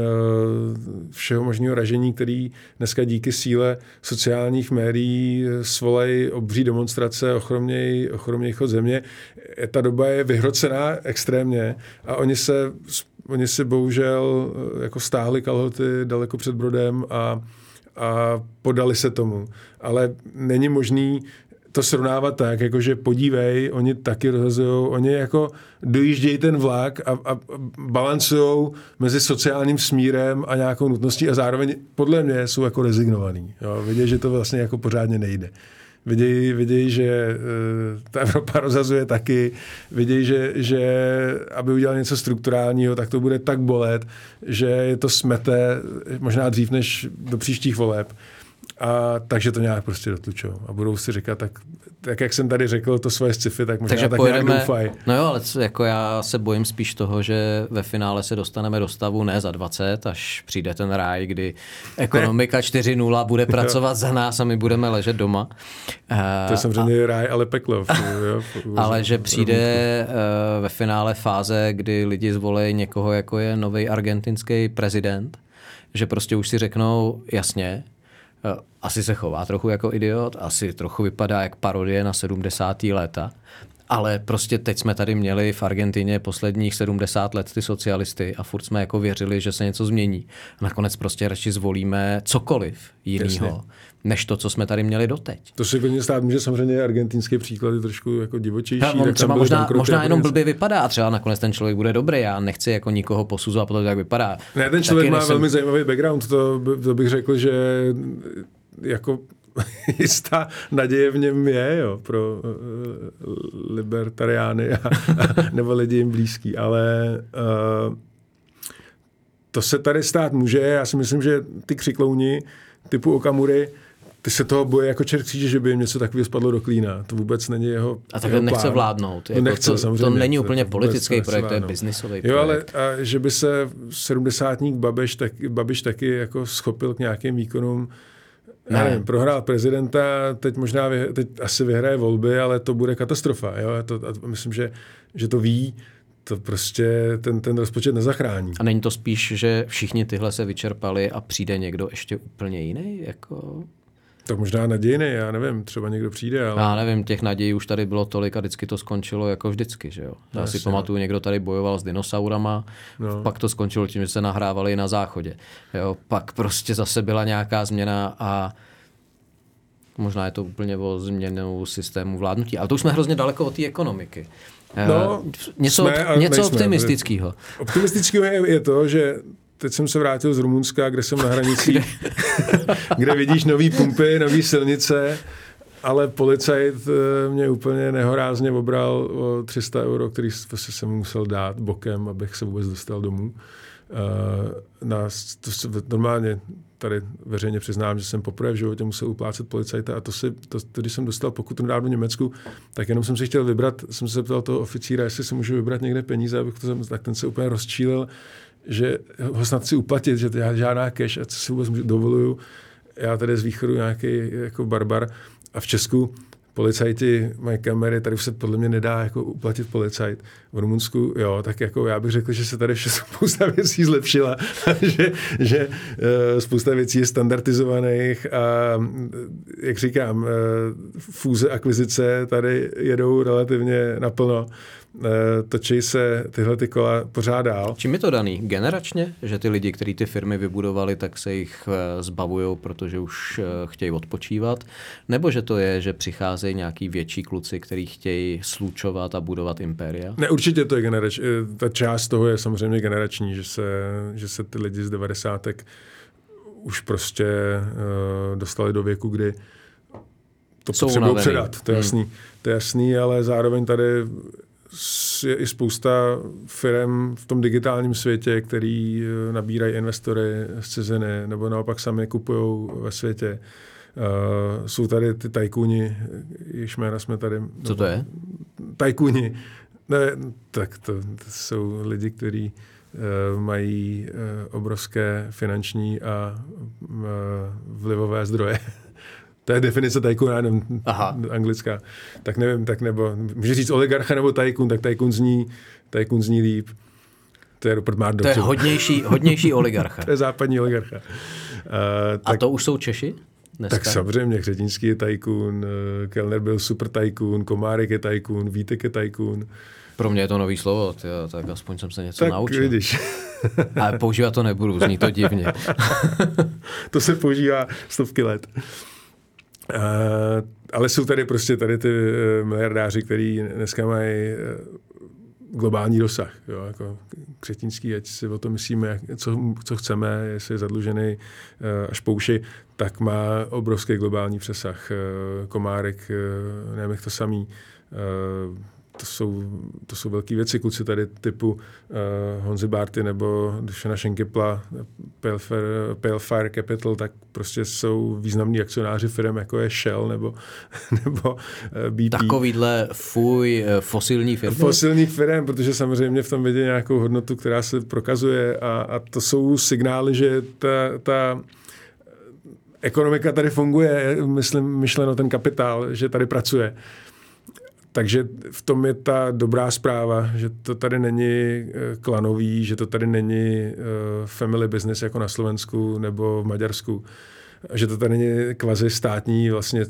všeho možného ražení, který dneska díky síle sociálních médií svolají obří demonstrace, ochroměj, ochroměj chod země. Ta doba je vyhrocená extrémně a oni se, oni se bohužel jako stáhli kalhoty daleko před brodem a a podali se tomu. Ale není možný to srovnávat tak, jakože podívej, oni taky rozhazují, oni jako dojíždějí ten vlak a, a balancujou mezi sociálním smírem a nějakou nutností a zároveň podle mě jsou jako rezignovaný. Jo, vidějí, že to vlastně jako pořádně nejde. Vidějí, vidějí, že uh, ta Evropa rozhazuje taky, vidějí, že, že aby udělal něco strukturálního, tak to bude tak bolet, že je to smete možná dřív než do příštích voleb. A takže to nějak prostě dotlučou. A budou si říkat, tak, tak jak jsem tady řekl to svoje sci-fi, tak možná takže tak pojedeme, nějak doufaj. No jo, ale co, jako já se bojím spíš toho, že ve finále se dostaneme do stavu ne za dvacet, až přijde ten ráj, kdy ekonomika čtyři nula bude pracovat za nás a my budeme ležet doma. To je samozřejmě ráj, ale peklo. Jo, ale že přijde uh, ve finále fáze, kdy lidi zvolí někoho, jako je nový argentinský prezident, že prostě už si řeknou, jasně, asi se chová trochu jako idiot, asi trochu vypadá jak parodie na sedmdesátá léta, ale prostě teď jsme tady měli v Argentině posledních sedmdesát let ty socialisty a furt jsme jako věřili, že se něco změní. A nakonec prostě radši zvolíme cokoliv jinýho, než to, co jsme tady měli doteď. To si klidně stát může, samozřejmě argentinský příklad je trošku jako divočejší. Ja, on třeba možná, možná jenom blbě vypadá a třeba nakonec ten člověk bude dobrý. Já nechci jako nikoho posuzovat podle toho, jak vypadá. Ne, ten člověk má nejsem... velmi zajímavý background, to, to bych řekl, že jako jistá naděje v něm je, jo, pro uh, libertariány a, a, nebo lidi jim blízký, ale uh, to se tady stát může. Já si myslím, že ty křiklouni typu Okamury, ty se toho bojí jako čert kříže, že by jim něco takového spadlo do klína. To vůbec není jeho A takhle nechce vládnout. Jako nechce, to, to není úplně to politický projekt, to je biznisový projekt. Jo, ale a, že by se sedmdesátník Babiš, tak, Babiš taky jako schopil k nějakým výkonům. Ne. Já nevím, prohrál prezidenta, teď možná vy, teď asi vyhraje volby, ale to bude katastrofa. Jo? To, a myslím, že, že to ví, to prostě ten, ten rozpočet nezachrání. A není to spíš, že všichni tyhle se vyčerpali a přijde někdo ještě úplně jiný? Jako... To možná nadějný, já nevím, třeba někdo přijde, ale... Já nevím, těch nadějí už tady bylo tolik a vždycky to skončilo jako vždycky, že jo. Já si pamatuju, někdo tady bojoval s dinosaurama, no. Pak to skončilo tím, že se nahrávali na záchodě. Jo, pak prostě zase byla nějaká změna a možná je to úplně o změnu systému vládnutí. Ale to už jsme hrozně daleko od té ekonomiky. No, něco jsme, něco optimistického. Optimistického je, je to, že teď jsem se vrátil z Rumunska, kde jsem na hranicích, kde vidíš nový pumpy, nový silnice, ale policajt mě úplně nehorázně obral o tři sta euro, který jsem musel dát bokem, abych se vůbec dostal domů. Na, to, normálně tady veřejně přiznám, že jsem poprvé v životě musel uplácet policajta a to si, to, to, když jsem dostal pokutu nedávno v Německu, tak jenom jsem si chtěl vybrat, jsem se ptal toho oficíra, jestli si můžu vybrat někde peníze, abych to, tak ten se úplně rozčílil, že ho snad si uplatit, že já žádná cash a co si vůbec dovoluju. Já tady z východu nějaký jako barbar a v Česku policajti mají kamery, tady už se podle mě nedá jako uplatit policajt. V Rumunsku, jo, tak jako já bych řekl, že se tady spousta věcí zlepšila, že, že spousta věcí je standardizovaných a jak říkám, fúze, akvizice tady jedou relativně naplno. Točí se tyhle ty kola pořád dál. Čím je to daný? Generačně? Že ty lidi, kteří ty firmy vybudovali, tak se jich zbavují, protože už chtějí odpočívat? Nebo že to je, že přicházejí nějaký větší kluci, kteří chtějí slučovat a budovat impéria? Ne, určitě to je generační. Ta část toho je samozřejmě generační, že se, že se ty lidi z devadesátek už prostě uh, dostali do věku, kdy to potřebují předat. To je jasný. Hmm. To je jasný, ale zároveň tady je i spousta firem v tom digitálním světě, který nabírají investory z ciziny nebo naopak sami kupují ve světě. Uh, jsou tady ty tajkuni, jejichž jména jsme tady... Co to je? Tajkuni. Ne, tak to, to jsou lidi, kteří uh, mají uh, obrovské finanční a uh, vlivové zdroje. To je definice tajkuna, nevím, anglická. Tak nevím, tak nebo, může říct oligarcha nebo tajkun, tak tajkun zní, tajkun zní líp. To je Rupert Murdoch. To je hodnější, hodnější oligarcha. To je západní oligarcha. Uh, tak, a to už jsou Češi? Dneska? Tak samozřejmě, Křetínský je tajkun, Kellner byl super tajkun, Komárek je tajkun, Vítek je tajkun. Pro mě je to nový slovo, tyjo, tak aspoň jsem se něco tak naučil. Tak vidíš. Ale používat to nebudu, zní to divně. To se používá stovky let. Uh, ale jsou tady prostě tady ty uh, miliardáři, kteří dneska mají uh, globální dosah. Jo, jako Křetínský, ať si o tom myslíme, jak, co, co chceme, jestli je zadlužený uh, až po uši, tak má obrovský globální přesah. Uh, Komárek, uh, nevím, jak to samý. Uh, To jsou, to jsou velké věci, kluci tady typu uh, Honzy Bárty nebo Dušana Šenkepla, Pale, Pale Fire Capital, tak prostě jsou významní akcionáři firm, jako je Shell nebo, nebo uh, B P. Takovýhle fuj, fosilní firmy? Fosilní firm, protože samozřejmě v tom vidí nějakou hodnotu, která se prokazuje a, a to jsou signály, že ta, ta ekonomika tady funguje, myslím, myšleno ten kapitál, že tady pracuje. Takže v tom je ta dobrá zpráva, že to tady není klanový, že to tady není family business jako na Slovensku nebo v Maďarsku, že to tady není kvazi státní vlastně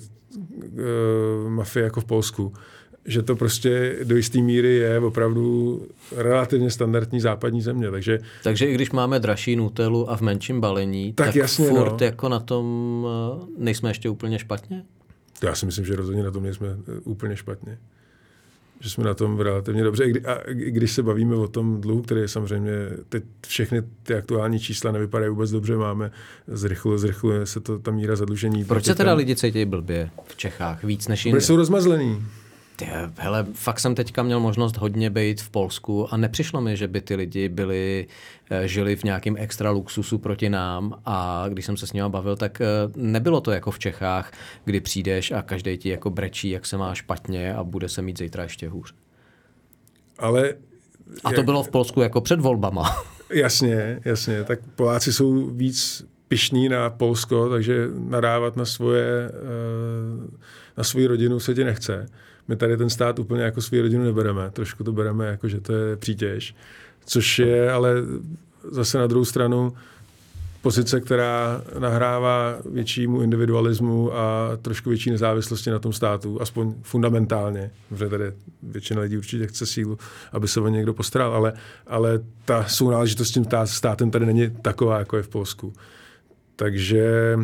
mafie jako v Polsku. Že to prostě do jisté míry je opravdu relativně standardní západní země. Takže, Takže i když máme dražší Nutellu a v menším balení, tak, tak jasně, furt no. jako na tom nejsme ještě úplně špatně? Já si myslím, že rozhodně na tom nejsme úplně špatně. Že jsme na tom relativně dobře. A když se bavíme o tom dluhu, který je samozřejmě, teď všechny ty aktuální čísla nevypadají vůbec dobře, máme, zrychluje, zrychluje se to, ta míra zadlužení. Proč se teda tam lidi cítí blbě v Čechách víc než jinde? Protože jsou rozmazlený. Hele, fakt jsem teďka měl možnost hodně být v Polsku a nepřišlo mi, že by ty lidi byli, žili v nějakém extra luxusu proti nám a když jsem se s nimi bavil, tak nebylo to jako v Čechách, kdy přijdeš a každý ti jako brečí, jak se má špatně a bude se mít zítra ještě hůř. Ale... A to jak... bylo v Polsku jako před volbama. Jasně, jasně. Tak Poláci jsou víc pyšní na Polsko, takže nadávat na svoje, na svou rodinu se ti nechce. My tady ten stát úplně jako svou rodinu nebereme. Trošku to bereme jako, že to je přítěž. Což je ale zase na druhou stranu pozice, která nahrává většímu individualismu a trošku větší nezávislosti na tom státu, aspoň fundamentálně. Protože tady většina lidí určitě chce sílu, aby se o ně někdo postaral, ale, ale ta sounáležitost s tím státem tady není taková, jako je v Polsku. Takže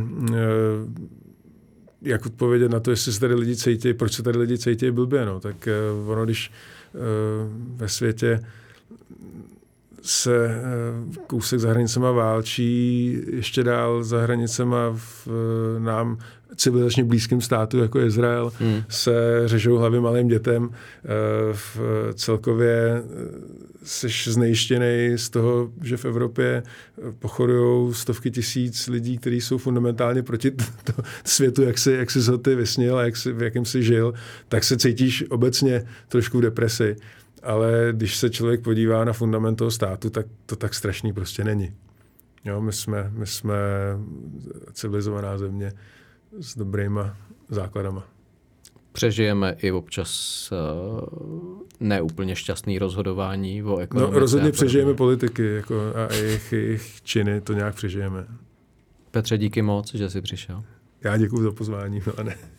jak odpovědět na to, jestli se tady lidi cítí, proč se tady lidi cítí blbě, no, tak uh, ono, když uh, ve světě se uh, kousek za hranicema válčí, ještě dál za hranicema v, uh, nám civilizačně blízkým státu, jako Izrael, hmm. se řežou hlavy malým dětem. V celkově jsi znejištěnej z toho, že v Evropě pochorujou stovky tisíc lidí, kteří jsou fundamentálně proti t- t- světu, jak jsi, jak jsi ho ty vysnil a jak jsi, v jakém jsi žil, tak se cítíš obecně trošku v depresi. Ale když se člověk podívá na fundament toho státu, tak to tak strašný prostě není. Jo, my jsme, my jsme civilizovaná země s dobrýma základama. Přežijeme i občas uh, neúplně šťastný rozhodování o ekonomice. No, rozhodně přežijeme politiky jako, a jejich, jejich činy, to nějak přežijeme. Petře, díky moc, že jsi přišel. Já děkuju za pozvání. No, ne.